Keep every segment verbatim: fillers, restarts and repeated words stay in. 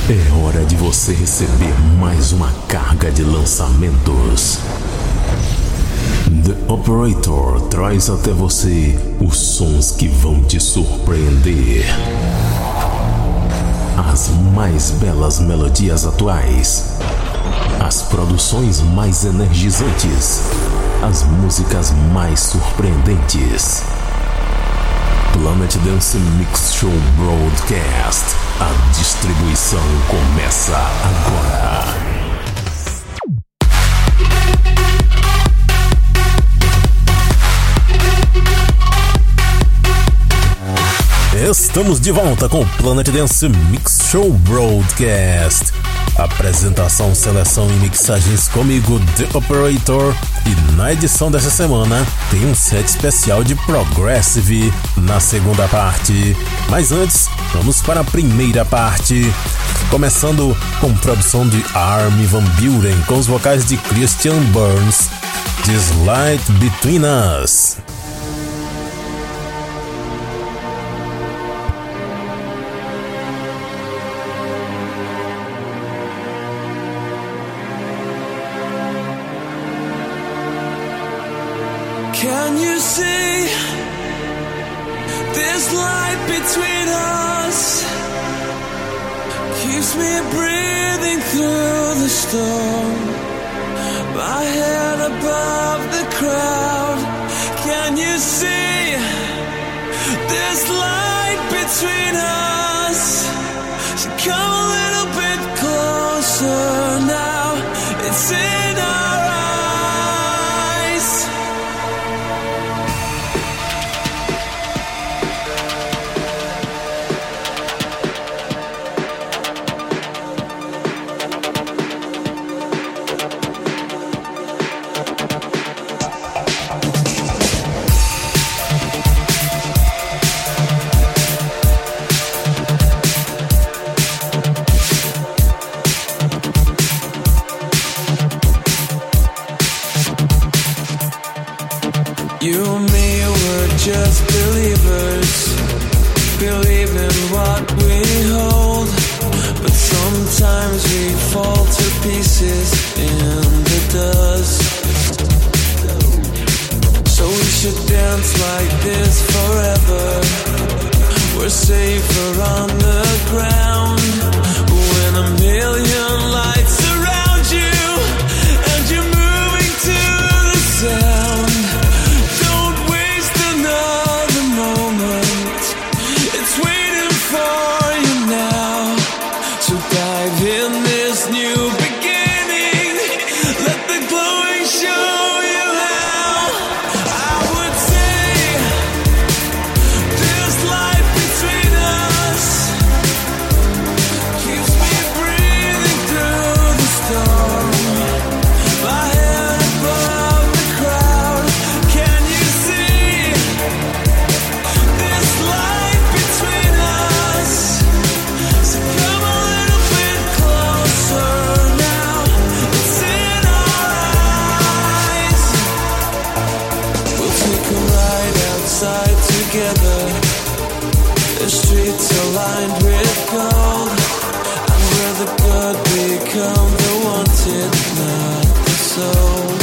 É hora de você receber mais uma carga de lançamentos. The Operator traz até você os sons que vão te surpreender. As mais belas melodias atuais. As produções mais energizantes. As músicas mais surpreendentes. Planet Dance Mix Show Broadcast. A distribuição começa agora. Estamos de volta com o Planet Dance Mix Show Broadcast. Apresentação, seleção e mixagens comigo, The Operator. E na edição dessa semana tem um set especial de Progressive na segunda parte. Mas antes, vamos para a primeira parte. Começando com produção de Armin van Buuren com os vocais de Christian Burns. This Light Between Us. Can you see this light between us? Keeps me breathing through the storm. My head above the crowd. Can you see this light between us? So come a little bit closer now. It's in our eyes. You and me were just believers, believe in what we hold. But sometimes we fall to pieces in the dust. So we should dance like this forever. We're safer on the ground when a million lights surround you and you're moving to the sound. Aligned with gold, and where the good become the wanted, not the soul.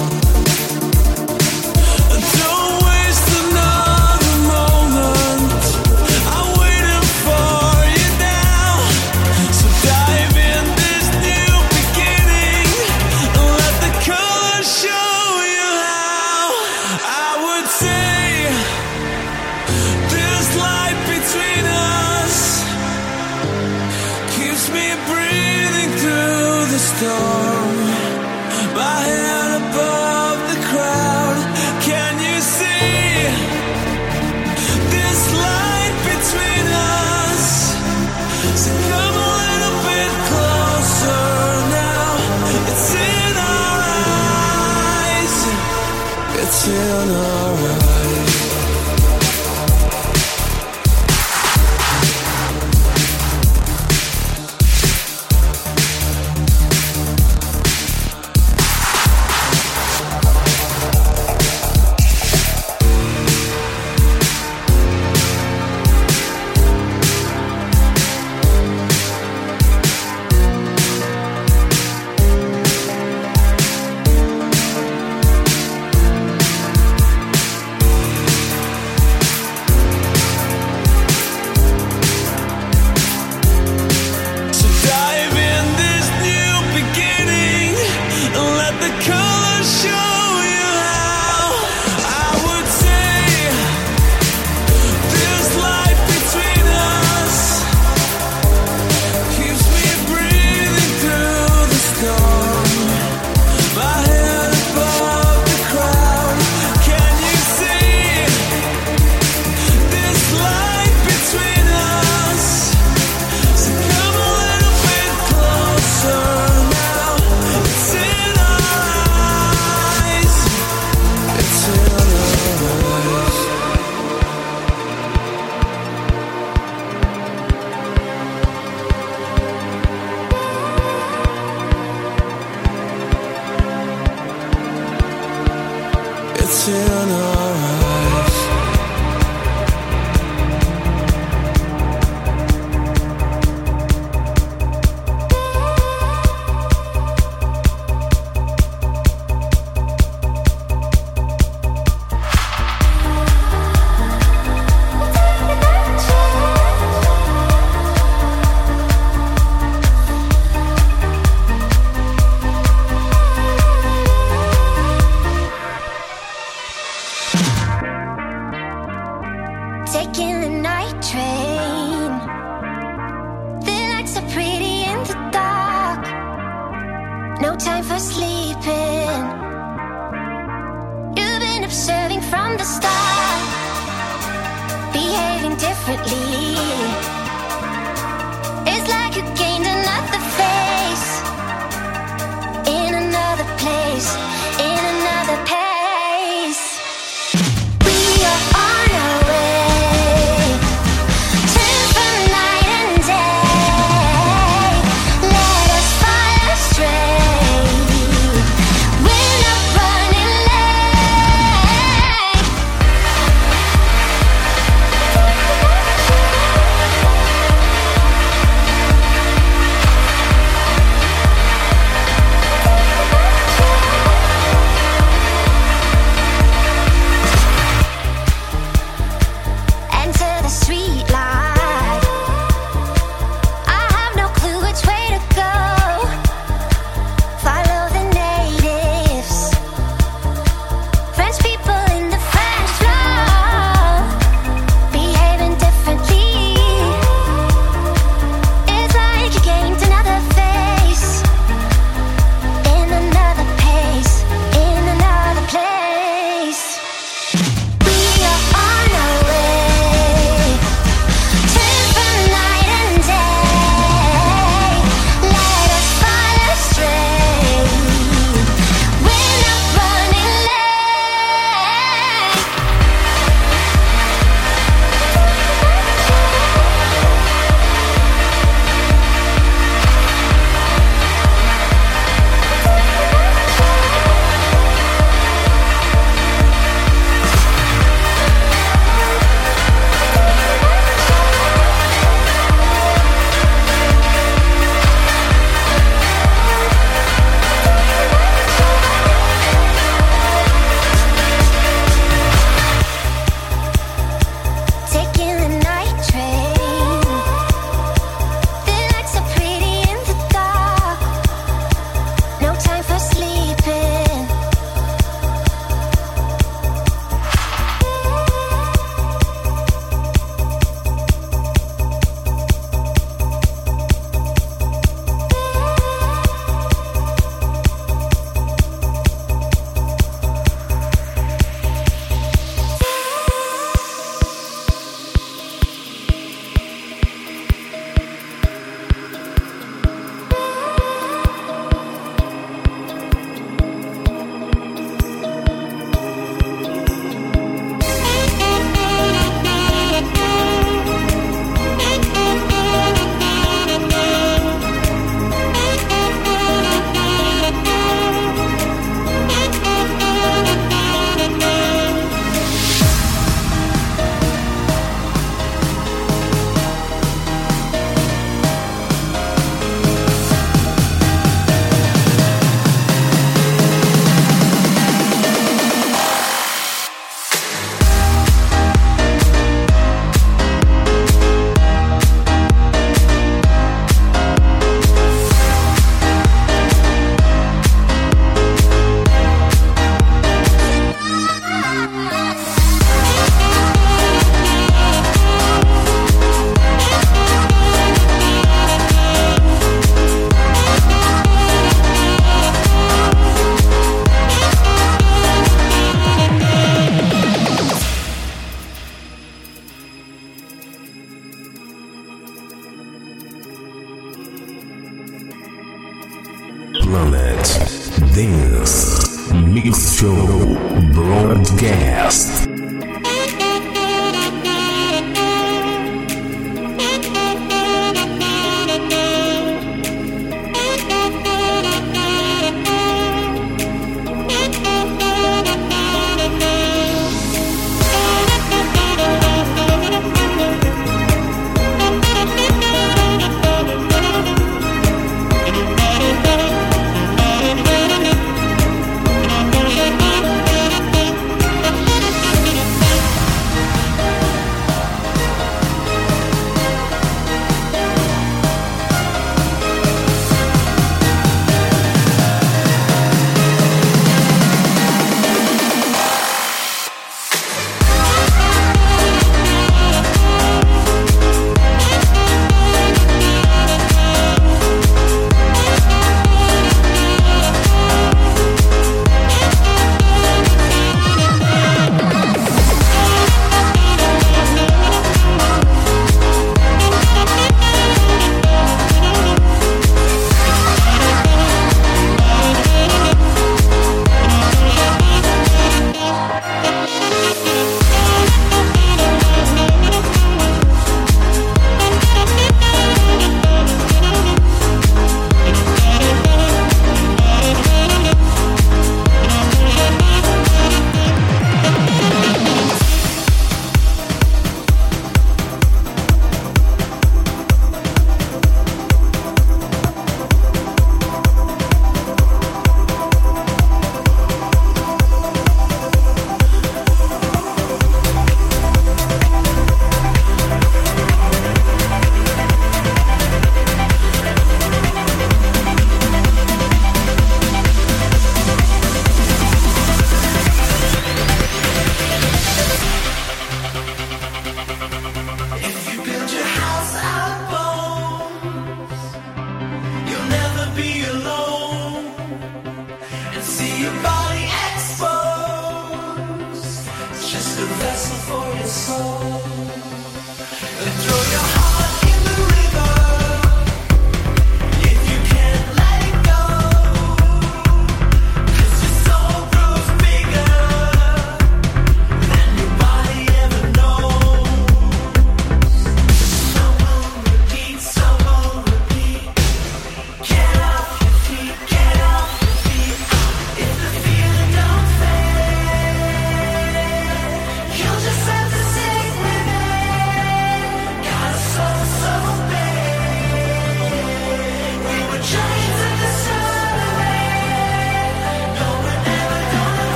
And don't waste another moment. I'm waiting for you now. So dive in this new beginning and let the color show you how. I would say this light between us keeps me breathing through the storm. My head above the crowd. Can you see this light between us? So come a little bit closer now. It's in our eyes. It's in our eyes. time for sleeping. You've been observing from the start, behaving differently. It's like you gained another face, in another place, in another pace. We are on our way, turn from night and day. Let us follow straight, we're not running late. Enter the street light. I have no clue which way to go. Follow the natives, French people in the French flow, behaving differently. It's like you gained another face, in another pace, in another place. We are on our way, turn from night and day. Let us follow straight, we're not running late. Taking the night train, the lights are pretty in the dark. No time for sleeping. Planet Dance Mix Show Broadcast.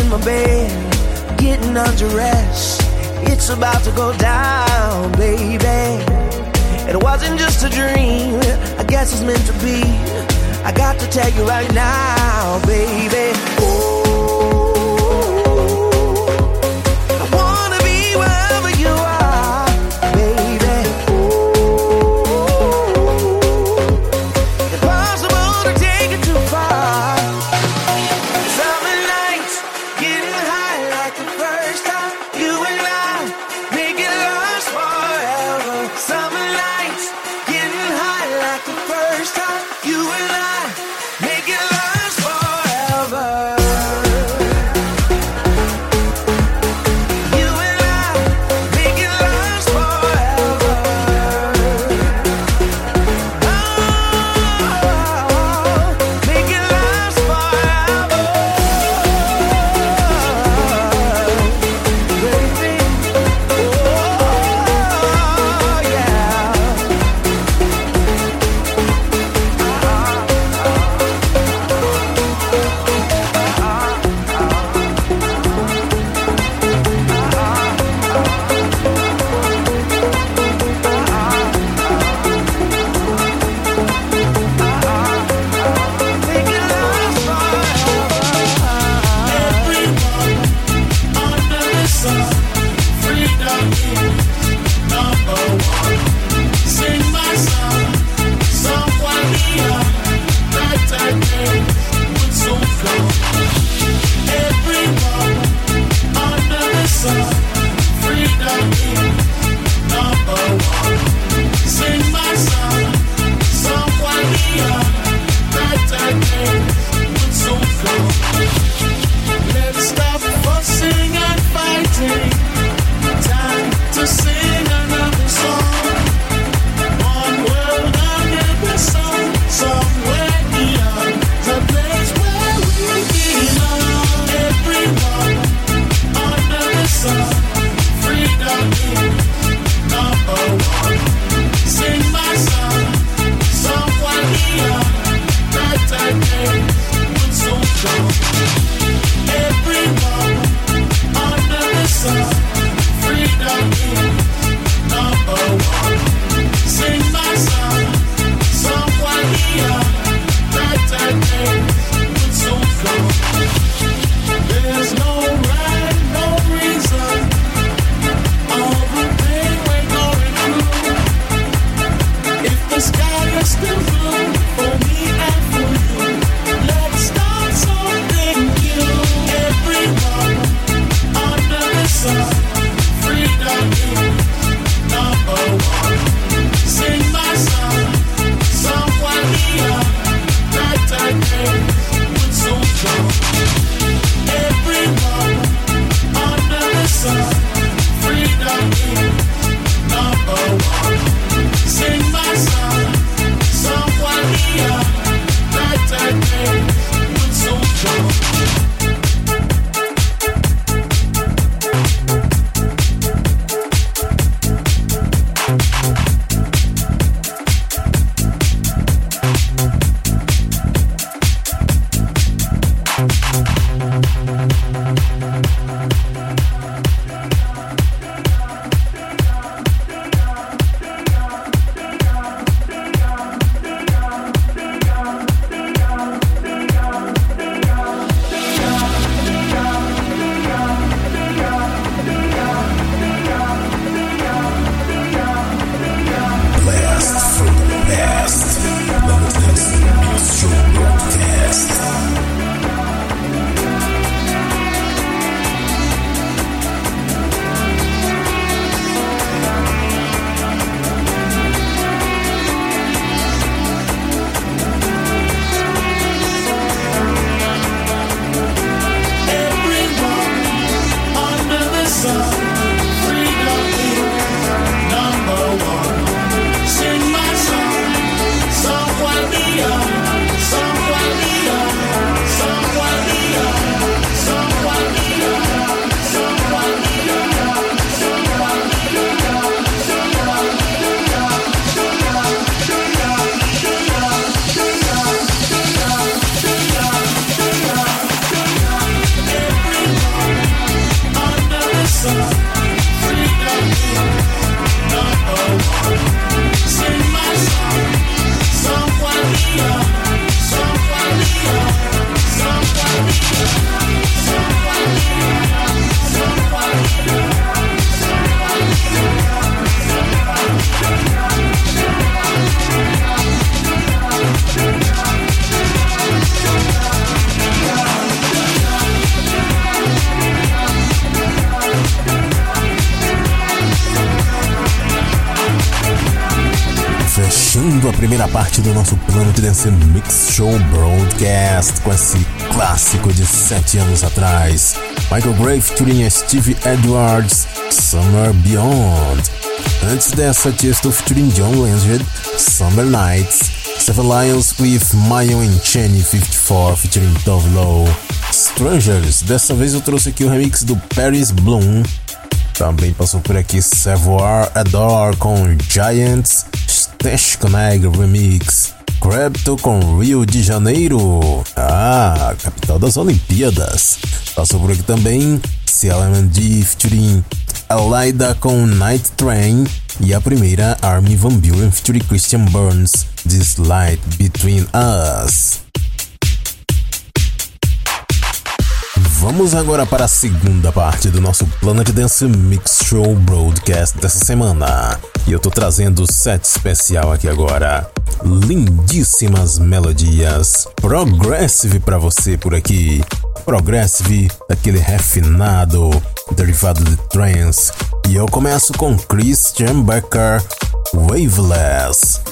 my bed, getting undressed. It's about to go down, baby. It wasn't just a dream, I guess it's meant to be. I got to tell you right now, baby. Ooh, I wanna be wherever you are, baby. Ooh, impossible to take it too far. Summer nights, getting high like the first time. You and I make it last forever. Summer nights, getting high like the first time. You and I make it last forever. You and I make it last forever. Oh, make it last forever, baby. Oh, yeah. Make it last forever. Everyone under the sun, freedom is number one. Sing my song, someone beyond that I made would soon flow. Everyone under the sun, freedom is number one. Sing my song, someone beyond that I made would soon flow. Let's stop fussing and fighting. Time to sing another song. One world under the sun, somewhere beyond the place where we belong. Everyone under the sun, freedom is number one. Sing my song, someone beyond that I made would soon flow. Everyone under the sun, freedom is number one. Sing my song, someone beyond that I made would soon flow. There's no rhyme, no reason, all the pain we're going through. If the sky is still blue for me and for you, let's start something new. Everyone under the sun, freedom is number one. Sing my song, someone beyond that I made would soon flow. Everyone under the sun, freedom is number one. Sing my song, someone beyond that I made would soon flow. Blast from the past. Planet Dance Mix Show Broadcast. a primeira parte do nosso Planet Dance Mix Show Broadcast com esse clássico de sete anos atrás. Michael Gray featuring Steve Edwards, Summer Beyond. Antes dessa, Tiesto featuring John Legend, Summer Nights. Seven Lions with Mayon and Cheney fifty four featuring Tove Lo. Strangers, dessa vez eu trouxe aqui o remix do Paris Bloom. Também passou por aqui Savoir Adore com Giants, Stash Connect Remix, Crypto com Rio de Janeiro, ah, capital das Olimpíadas. Passou por aqui também C L M D featuring Elida com Night Train e a primeira Armin van Buuren featuring Christian Burns, This Light Between Us. Vamos agora para a segunda parte do nosso Planet Dance Mix Show Broadcast dessa semana. E eu tô trazendo o set especial aqui agora. Lindíssimas melodias Progressive pra você por aqui. Progressive, daquele refinado, derivado de trance. E eu começo com Christian Becker, Waveless.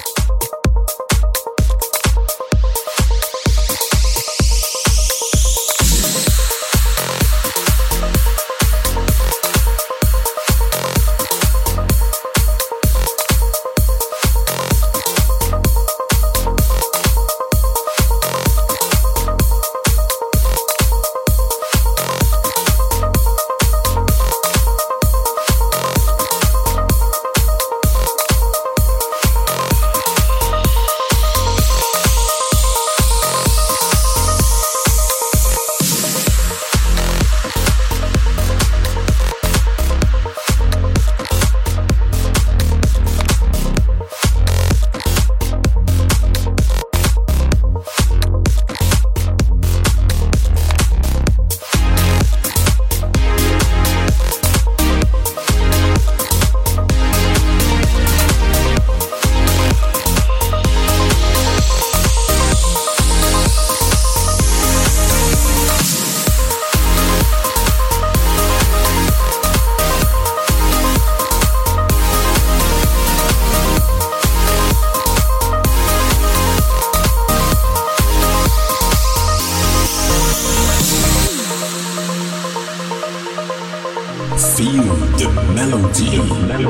Feel the melody.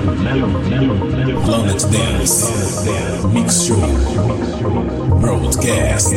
Planet Dance Mix Show Broadcast.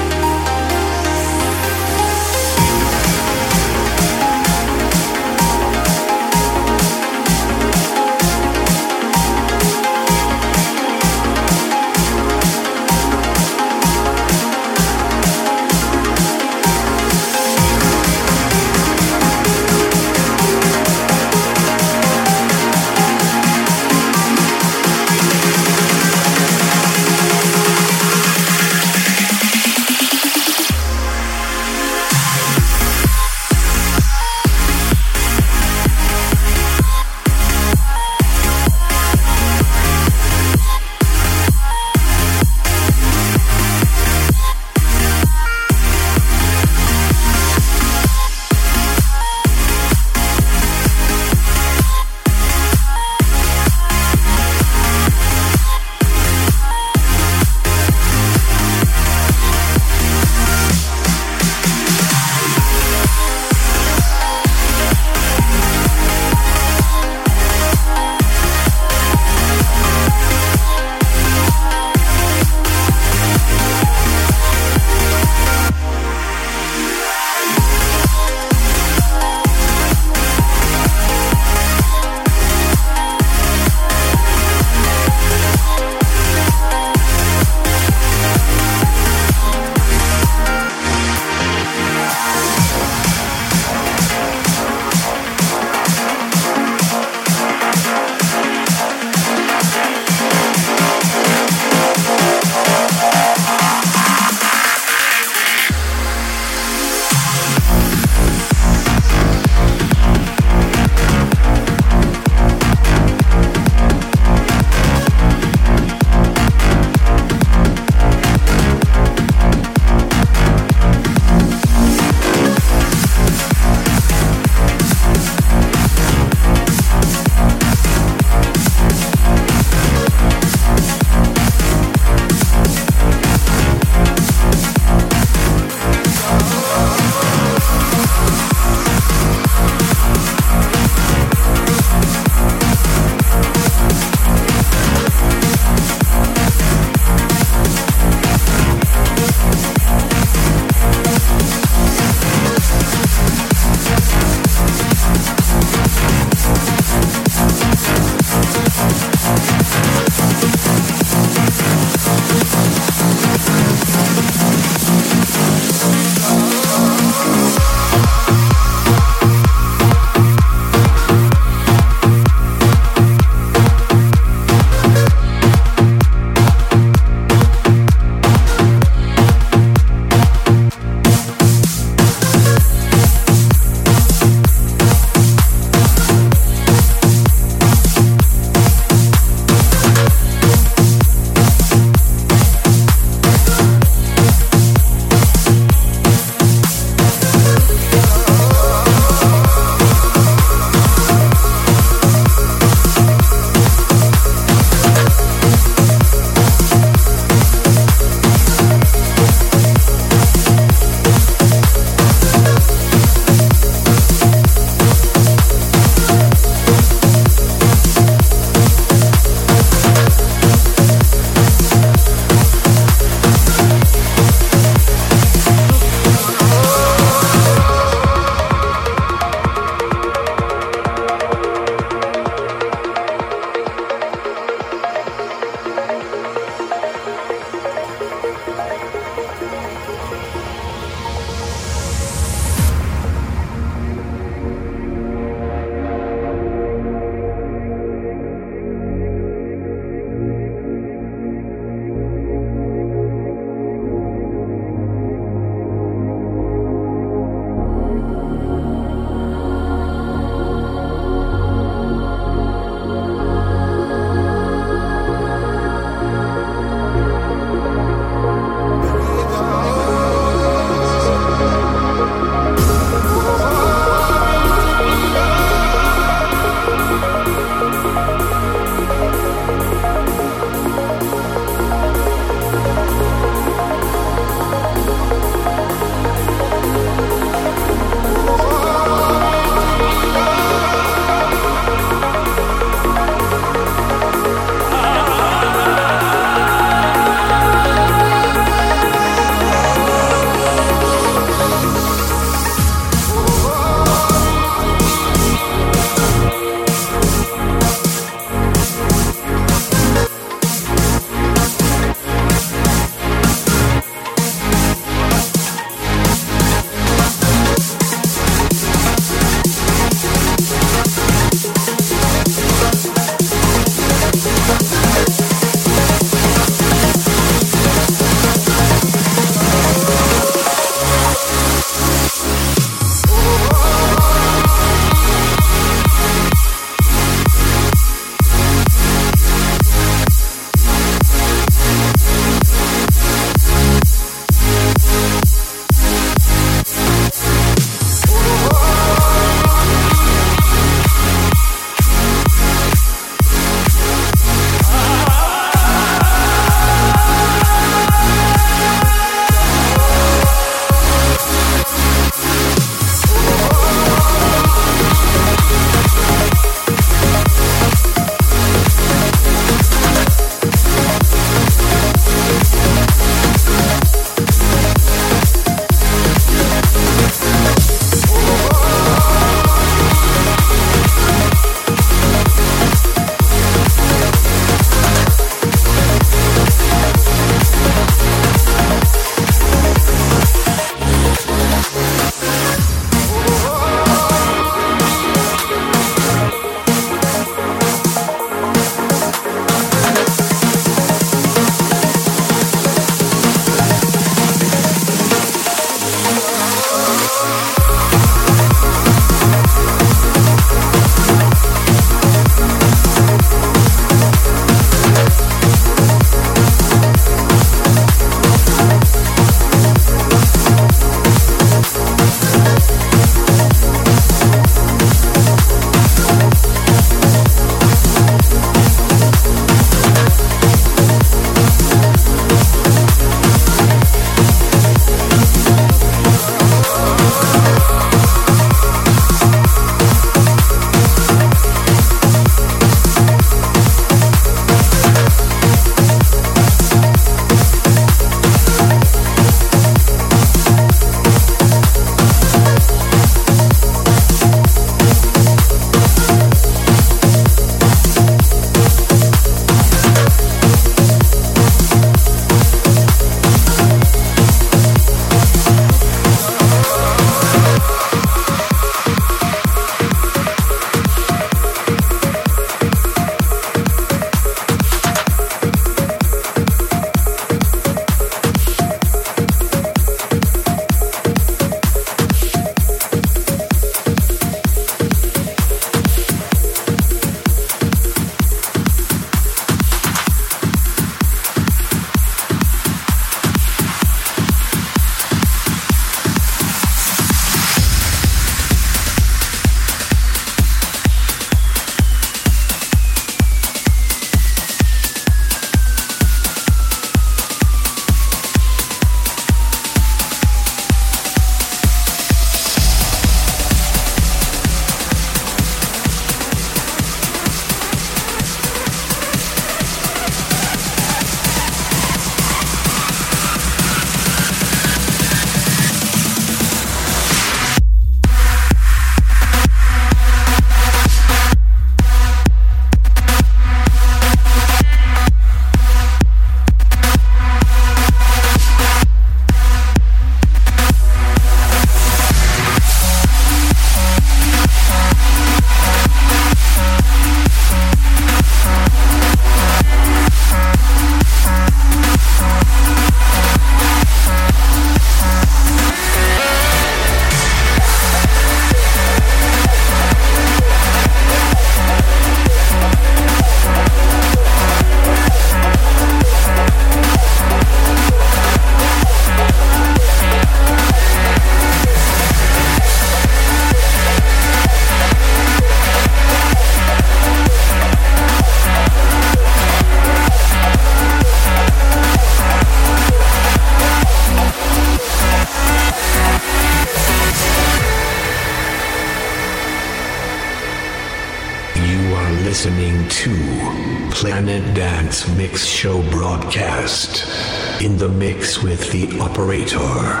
Dance Mix Show broadcast. In the mix with the operator.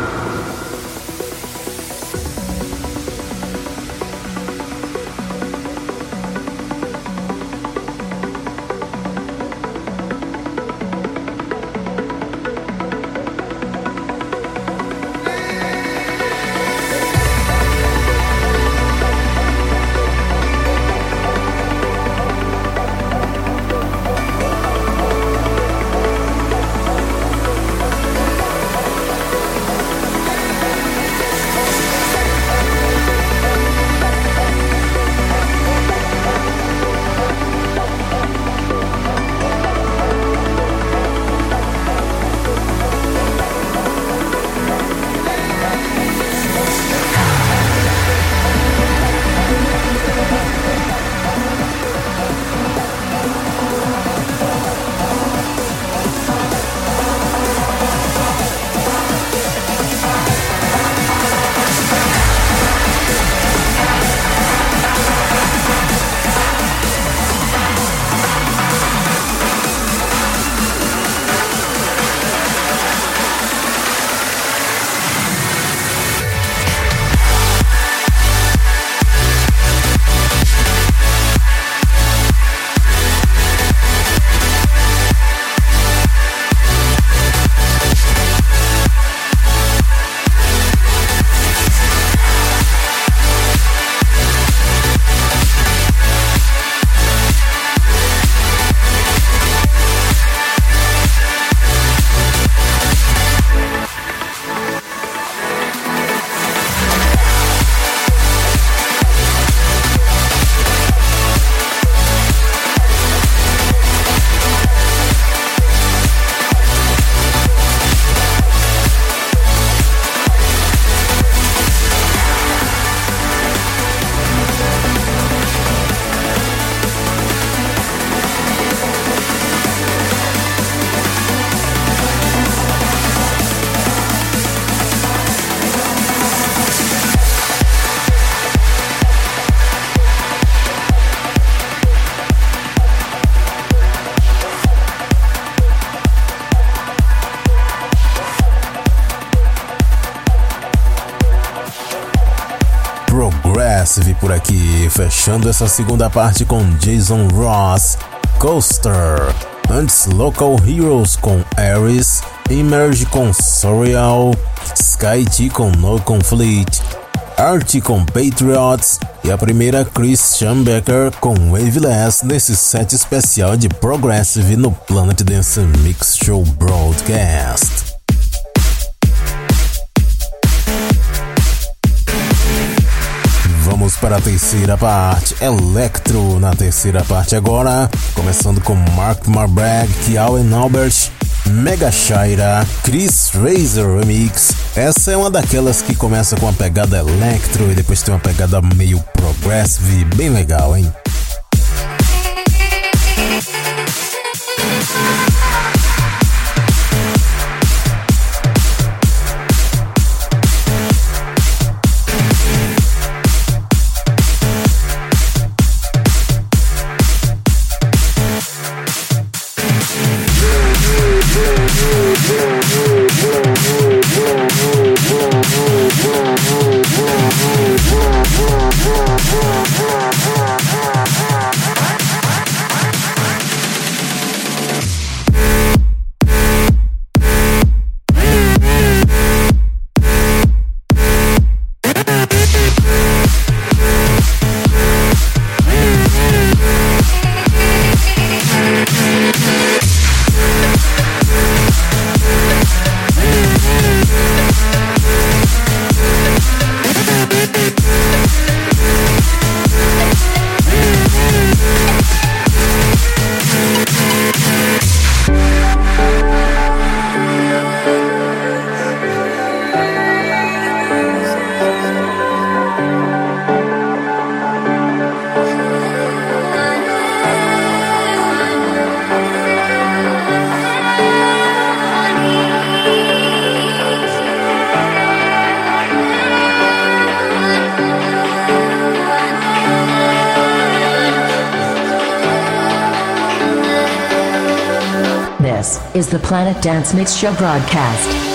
Progressive por aqui, fechando essa segunda parte com Jason Ross, Coaster. Antes, Local Heroes com Ares, Emerge com Surreal, Sky T com No Conflict, Art com Patriots e a primeira Christian Becker com Waveless nesse set especial de Progressive no Planet Dance Mix Show Broadcast. Vamos para a terceira parte, Electro na terceira parte agora, começando com Mark Marbrag, Kial and Albert, Mega Shaira, Chris Razor Remix. Essa é uma daquelas que começa com uma pegada electro e depois tem uma pegada meio progressive, bem legal, hein? This is the Planet Dance Mix Show broadcast.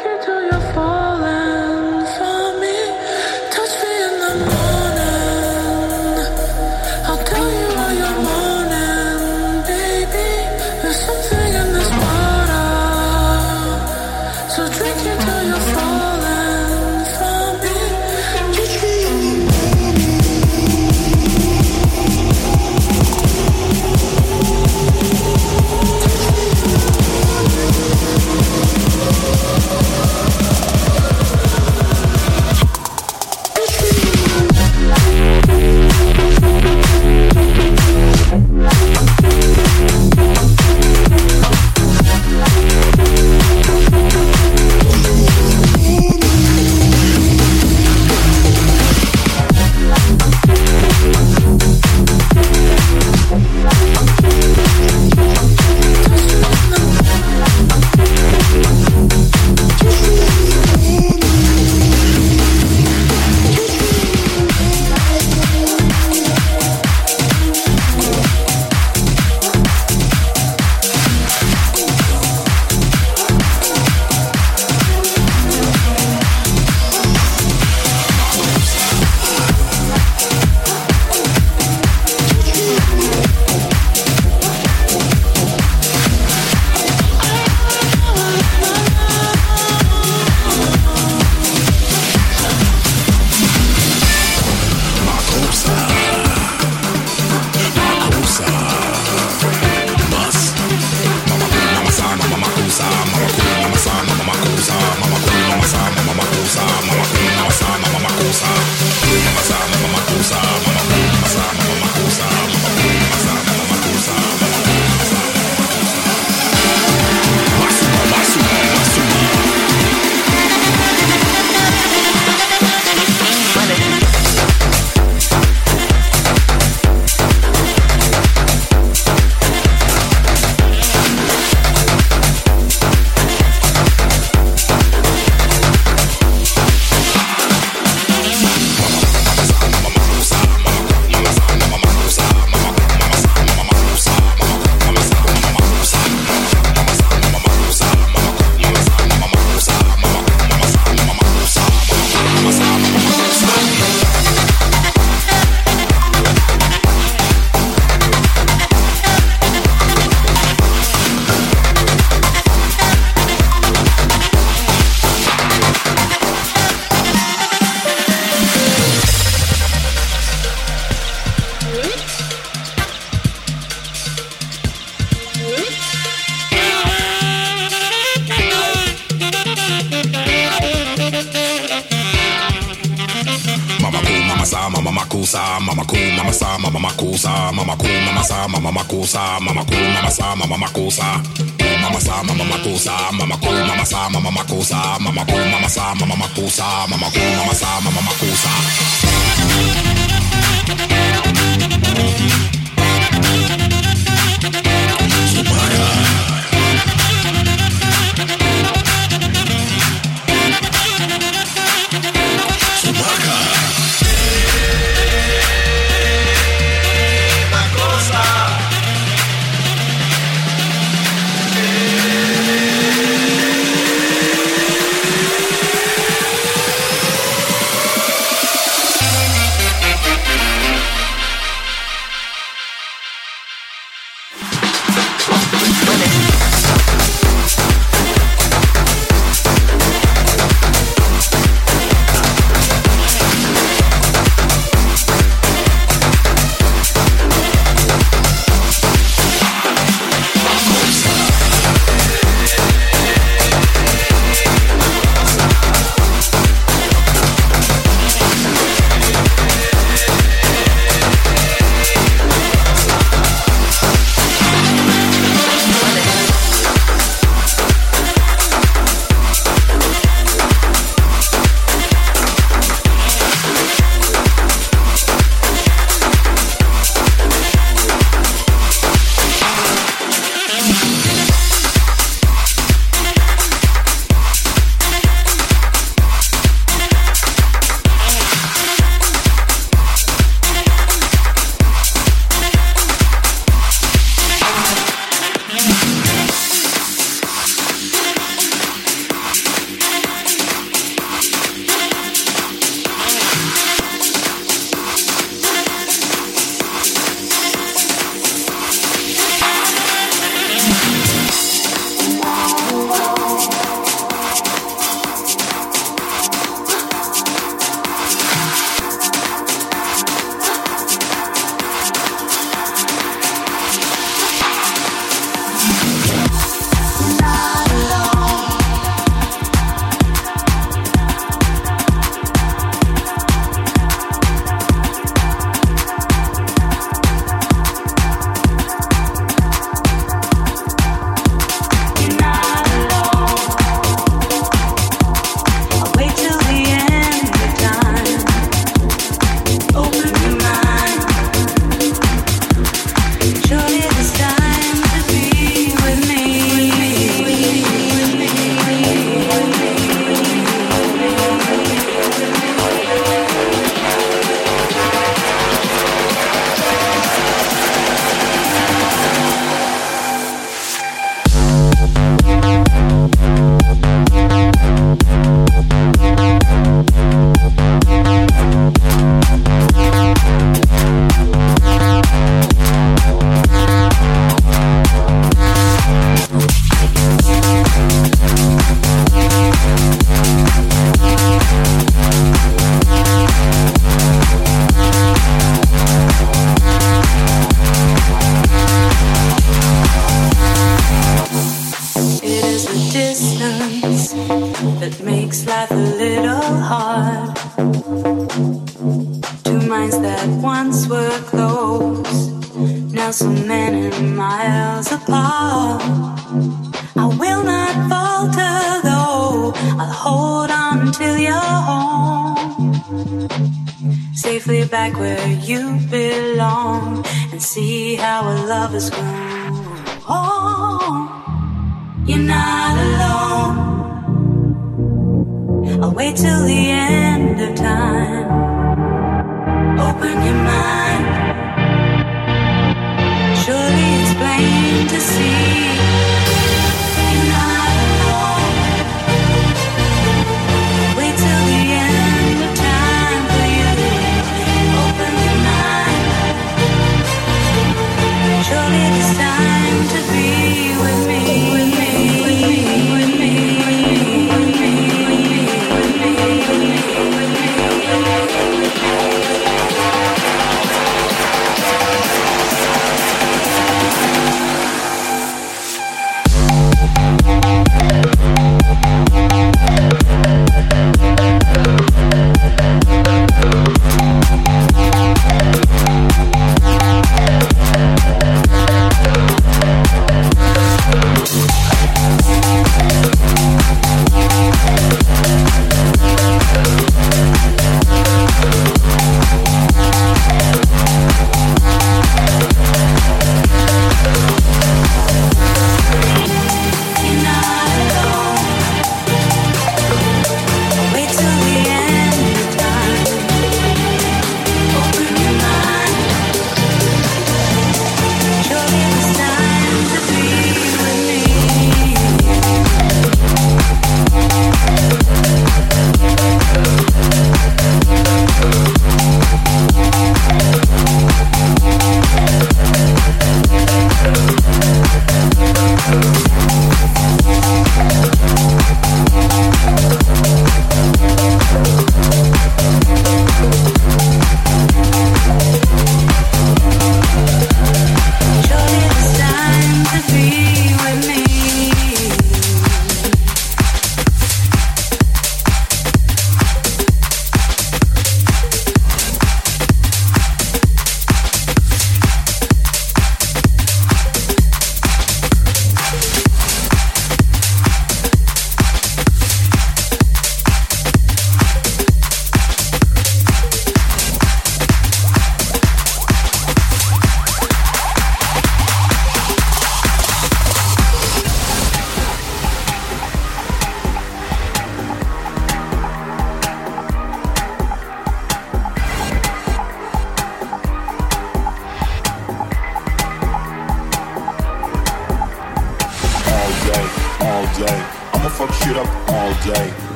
makusa, mama cool, mama sa, mama makusa, mama cool, mama sa, mama makusa, mama cool, mama sa, mama makusa, mama sa, mama makusa, mama cool, mama sa, mama makusa, mama cool, mama sa, mama makusa, mama cool, mama sa, mama makusa. that makes life a little hard. Two minds that once were close, now so many miles apart. I will not falter though, I'll hold on till you're home, safely back where you belong, and see how our love has grown. Oh, you're not alone. I'll wait till the end of time. Open your mind. Surely it's plain to see you're not alone. Wait till the end of time for you. Open your mind. Surely it's time to be with me, with me, with me, with me, with me, with me, with me, with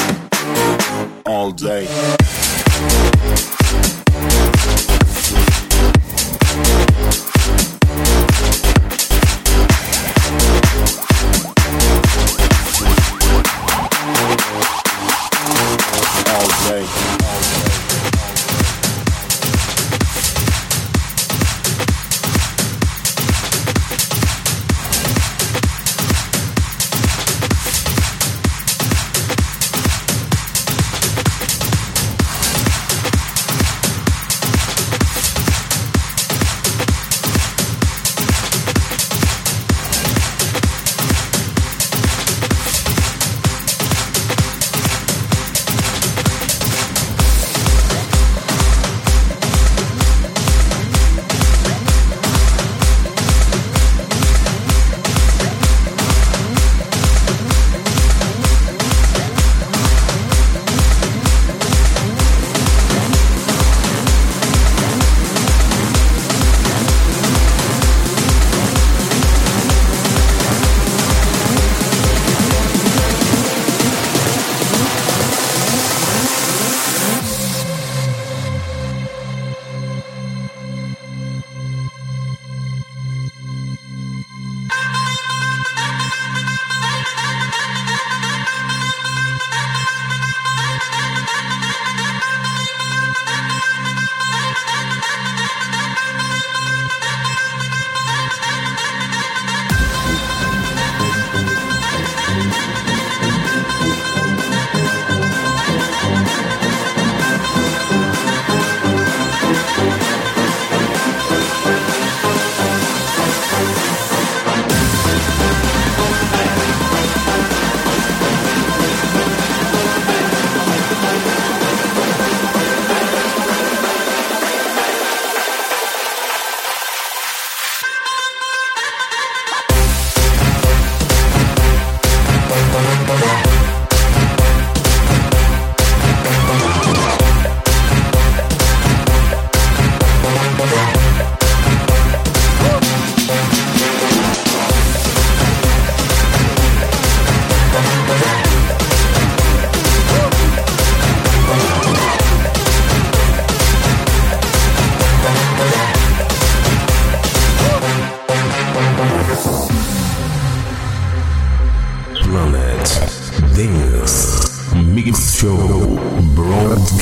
all day.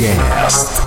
Broadcast.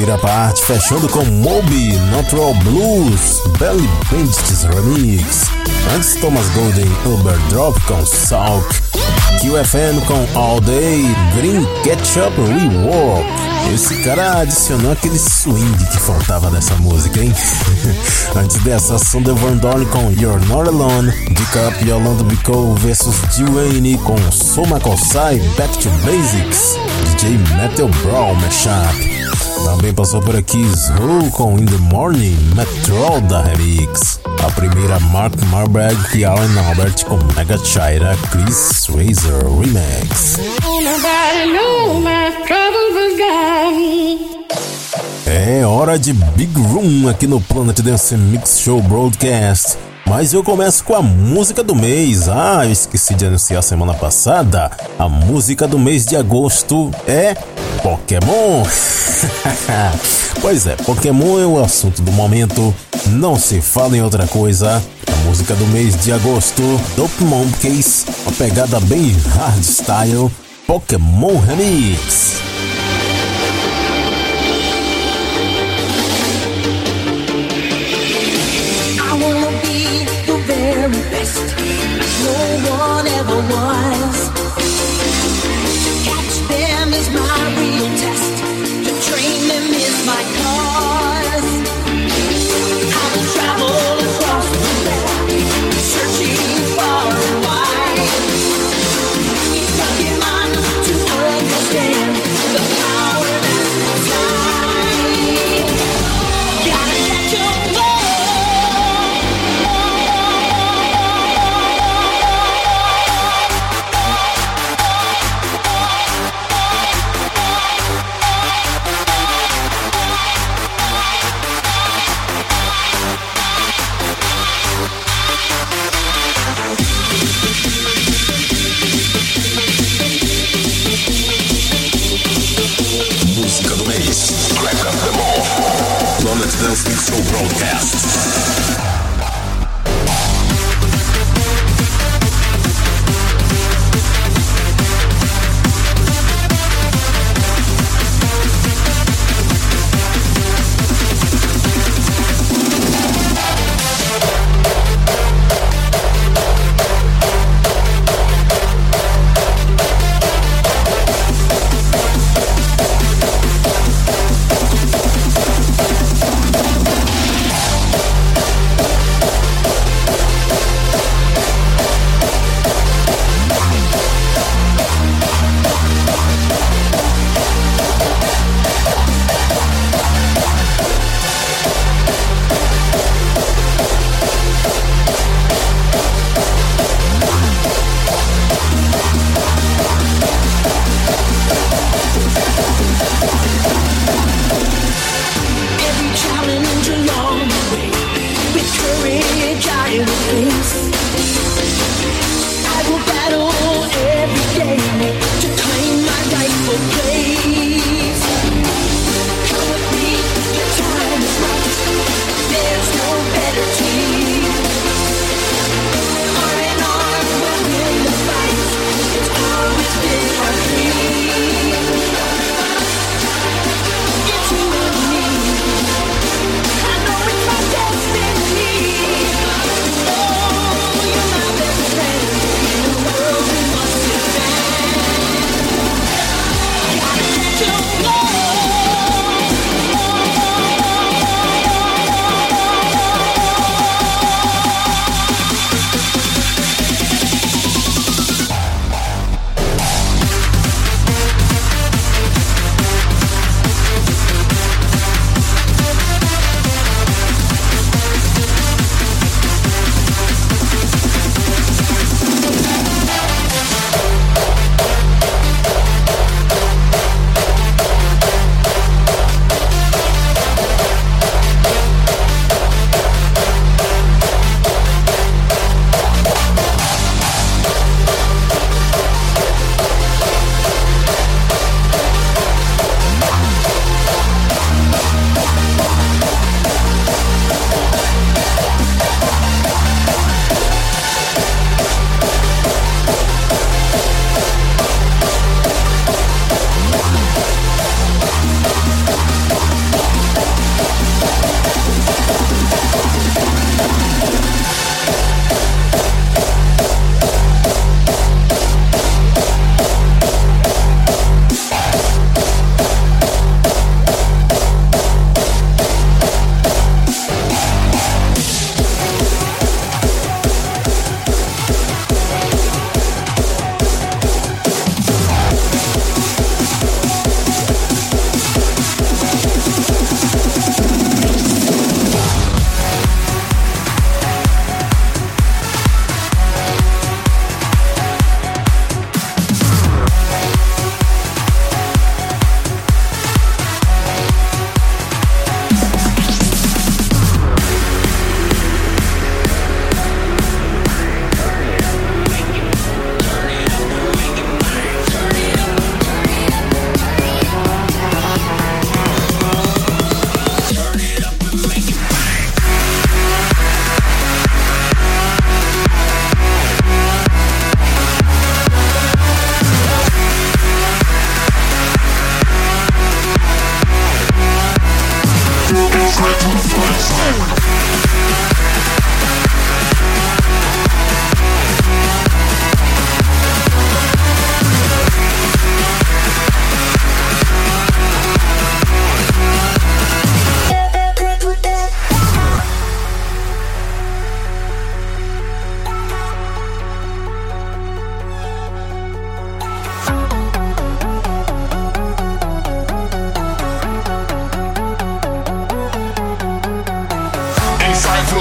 primeira parte, fechando com Moby, Natural Blues, Belly Bandits Remix. Antes, Thomas Golden, Uber Drop com Salk, Q F M com All Day, Green Ketchup Rework. Esse cara adicionou aquele swing que faltava dessa música, hein? Antes dessa, Sander Van Dorn com You're Not Alone, Dick Up Yolanda Bicou versus Dwayne com Soma Kosai, Back to Basics, D J Metal Brawl Mashup. Também passou por aqui Zoo com In the Morning, Metroda Remix. A primeira, Mark Marbrag e Alan Albert com Mega Chira, Chris Razor Remix. É hora de Big Room aqui no Planet Dance Mix Show Broadcast. Mas eu começo com a música do mês. Ah, eu esqueci de anunciar semana passada. A música do mês de agosto é Pokémon. Pois é, Pokémon é o assunto do momento. Não se fala em outra coisa. A música do mês de agosto, Dope Monkeys, uma pegada bem hardstyle, Pokémon Remix. Best, no one ever was. To catch them is my real test. To train them is my cause. I will travel across the land, searching far and wide. It's tugging on to understand the power that's inside. Gotta let you go. Música do mês, Black Up Them All, Planet Dance Mix Show Broadcast.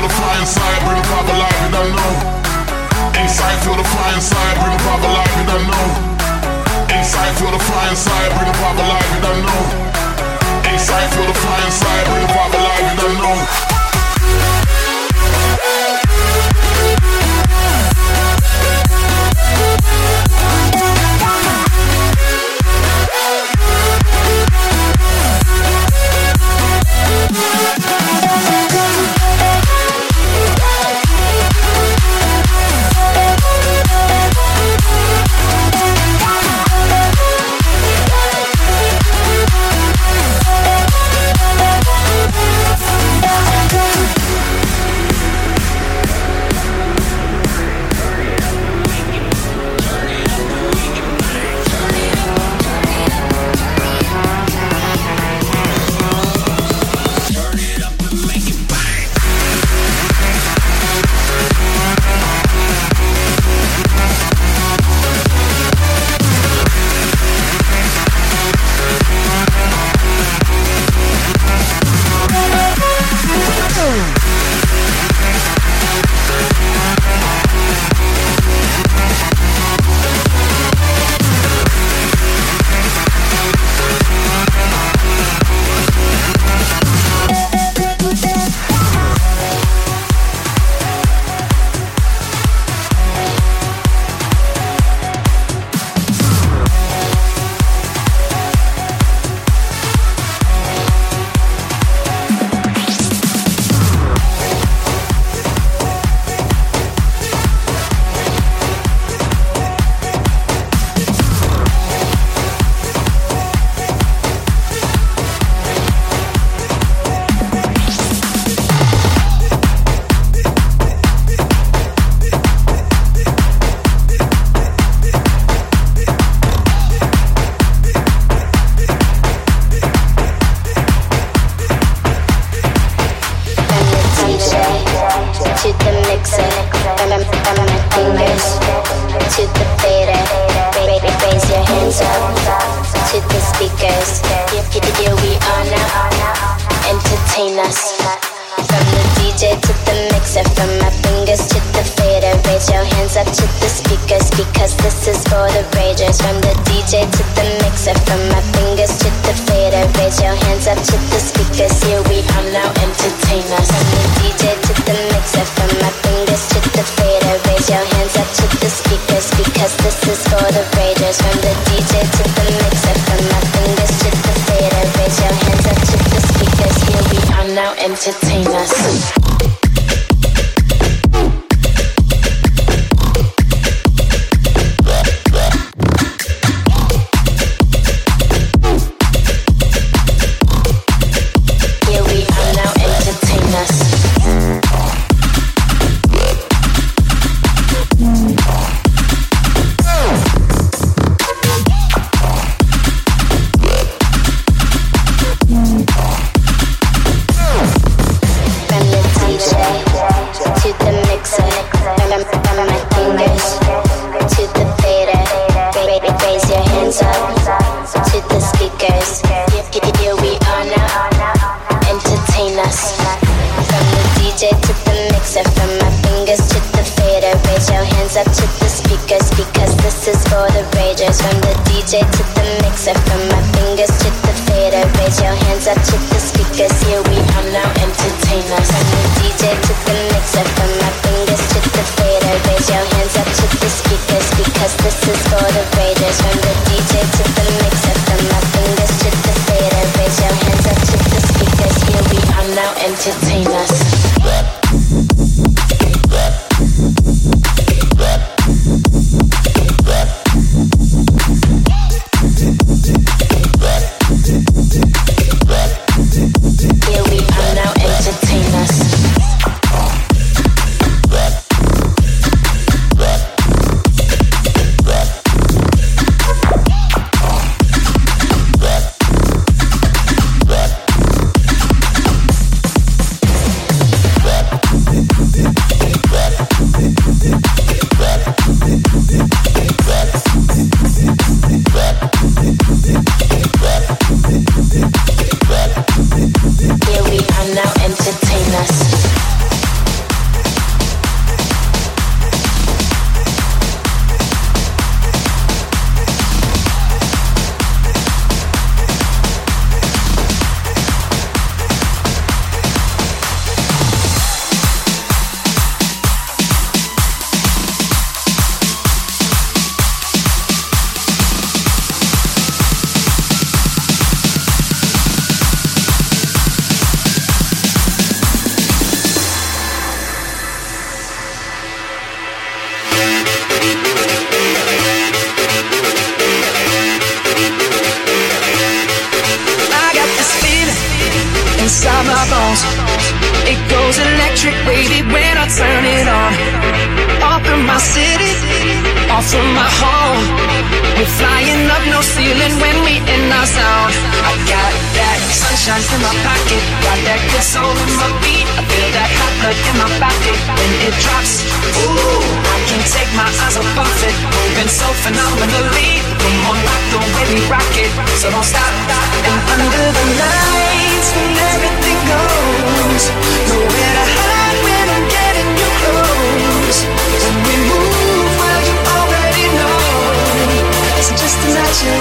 the fire inside, bring the pop alive, you don't know. Inside, feel the fire inside, bring the pop alive, you don't know. Inside, feel the fire inside, bring the pop alive, you don't know. Inside, feel the fire inside, bring the pop alive, you don't know. goes electric wavy when I turn it on. All through my city, all through my home. We're flying up, no ceiling when we in our zone. I got that sunshine in my pocket, got that good soul in my beat. I feel that hot blood in my body when it drops. Ooh, I can't take my eyes off it, moving so phenomenally. Come on, rock the way we rock it, so don't stop. And under the lights, when everything goes, nowhere to hide when I'm getting you close. When we move, well, you already know. So just imagine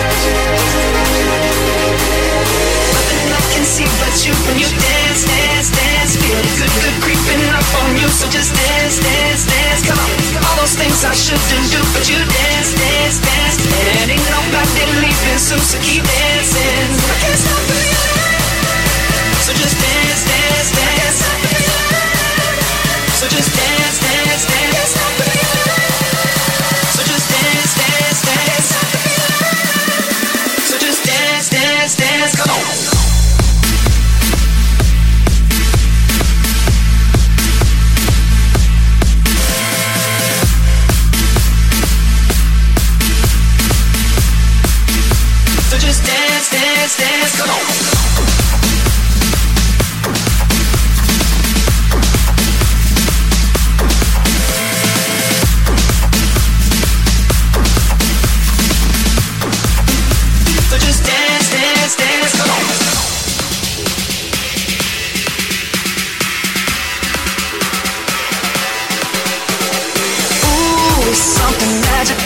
nothing I can see but you when you dance, dance, dance. Feel the good, good creeping up on you. So just dance, dance, dance. Come on, all those things I shouldn't do, but you dance, dance, dance. And ain't nobody leaving soon, so keep dancing. I can't stop the feeling. So just dance, dance, dance. So just dance, dance, dance. So just dance, dance, dance. So just dance, dance, dance. Come on. So just dance, dance, dance. Come on.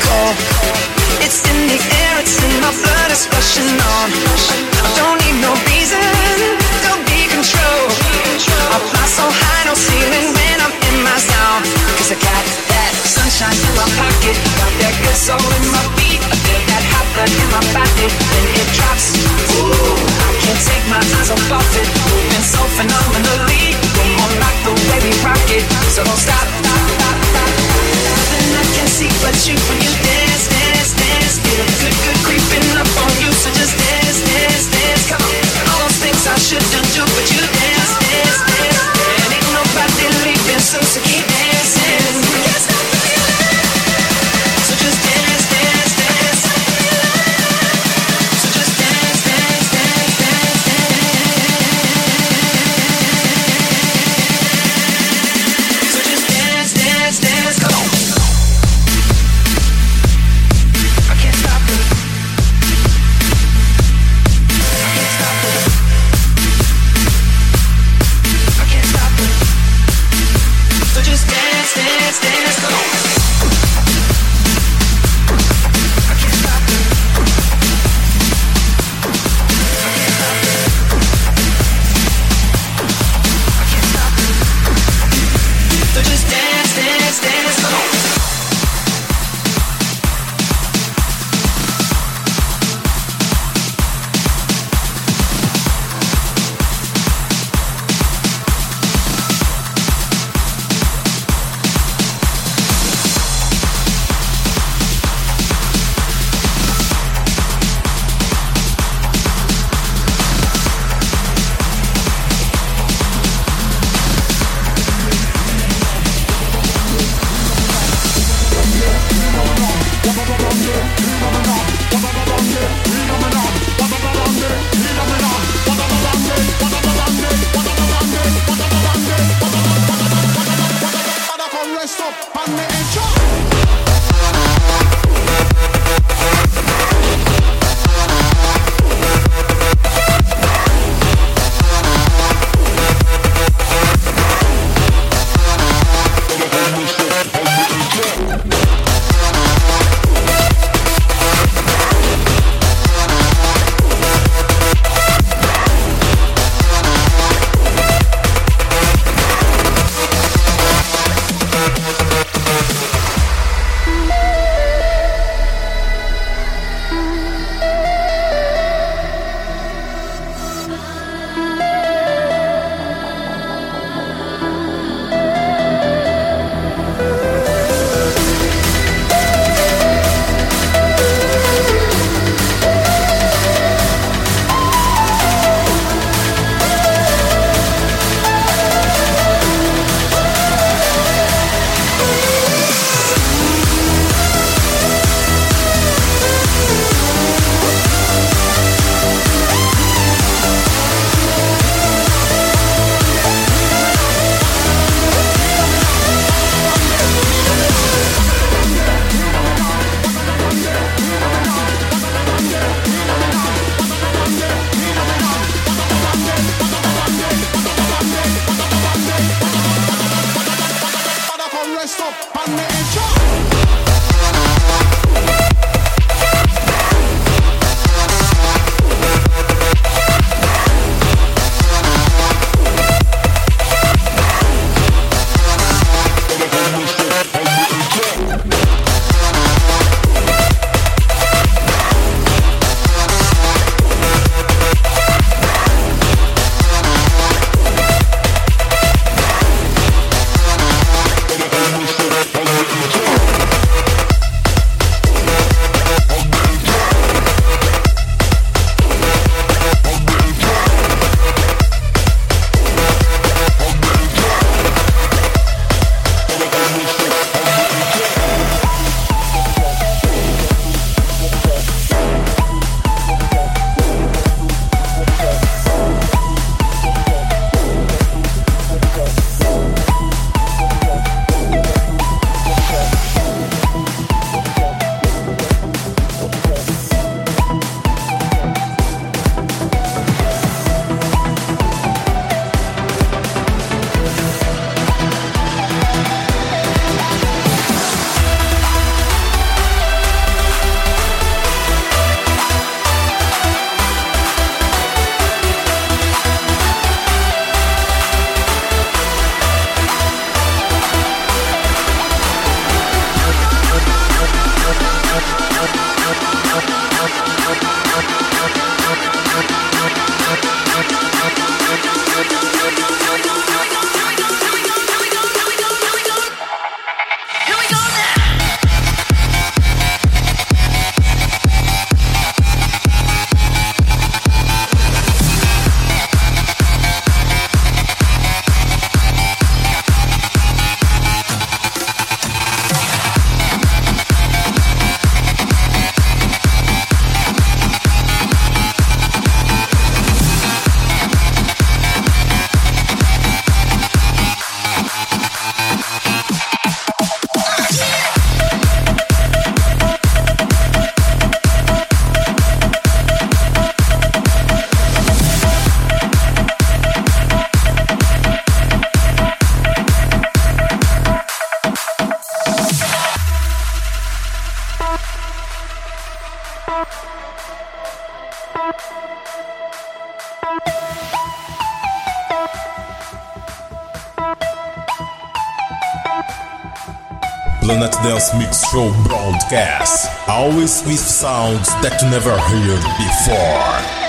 It's in the air, it's in my blood, it's rushing on. I don't need no Planet Dance Mix Show broadcast, always with sounds that you never heard before.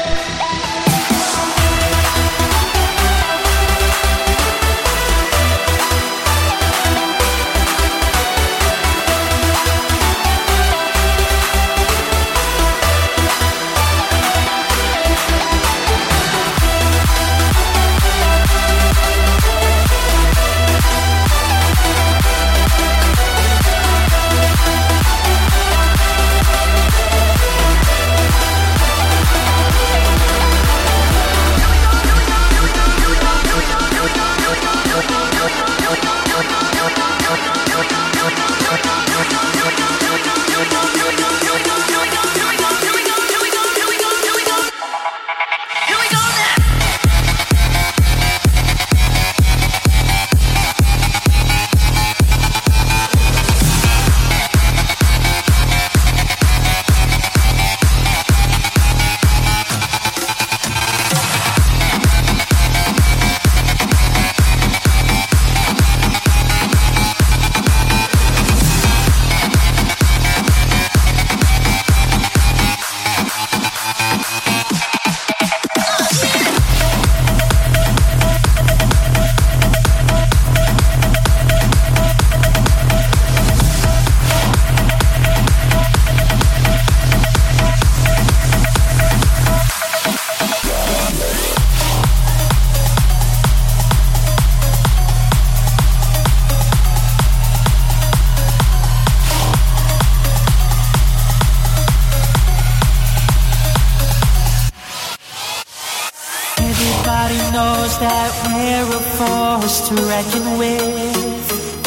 To reckon with.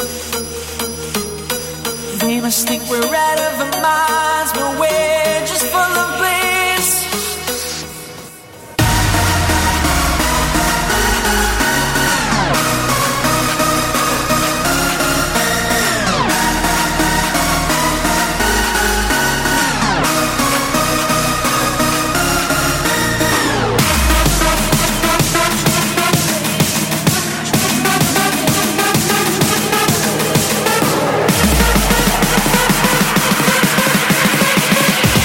They must think we're out of our minds, but we're just full of bliss. We'll be right back.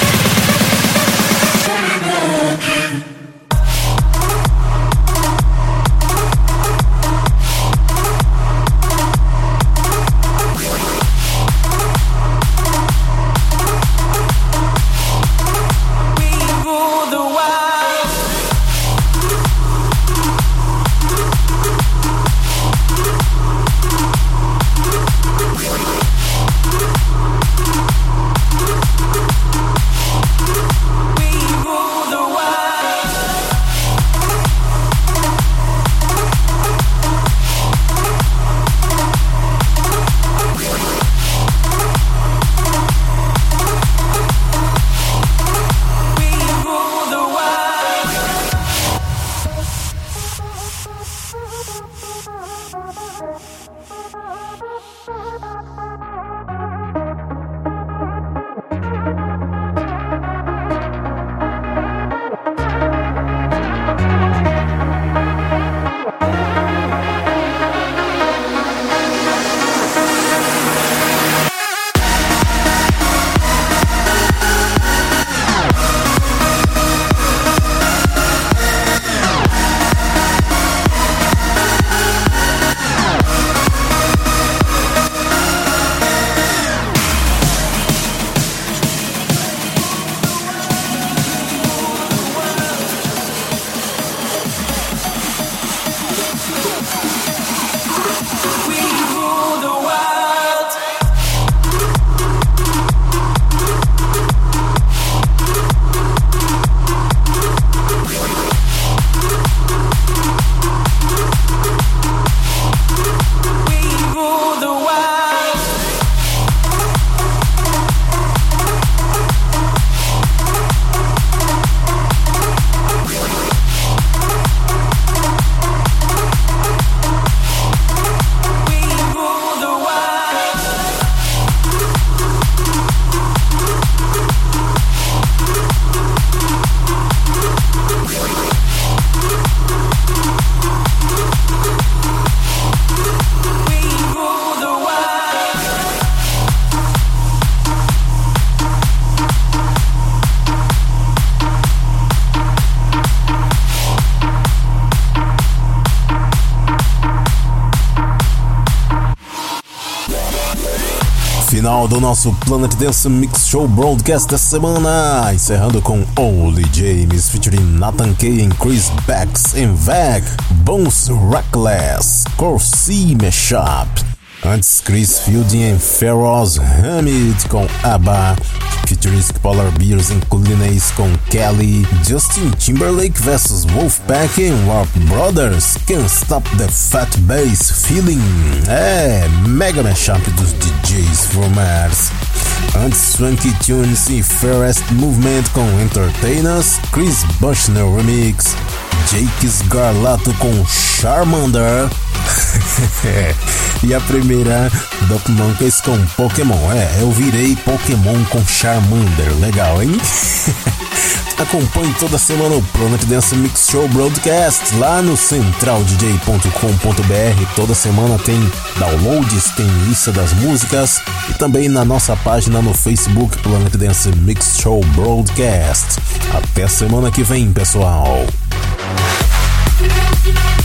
final do nosso Planet Dance Mix Show Broadcast da semana, encerrando com Oli James featuring Nathan Kay and Chris Becks em Vag, Bones Reckless, Corsi Mashup. Antes, Chris Fielding em Feroz Hamid com ABBA, Futuristic Polar Bears em Culinase com Kelly, Justin Timberlake versus Wolfpack em Warp Brothers, Can't Stop the Fat Bass Feeling. É, mega mashup dos D Js from Mars. Antes, Swanky Tunes e Fairest Movement com Entertainers, Chris Bushner Remix, Jake Scarlato com Charmander. E a primeira, Doc Monkeys com Pokémon. É, eu virei Pokémon com Charmander. Legal, hein? Acompanhe toda semana o Planet Dance Mix Show Broadcast lá no central d j ponto com ponto b r. Toda semana tem downloads, tem lista das músicas e também na nossa página no Facebook Planet Dance Mix Show Broadcast. Até semana que vem, pessoal.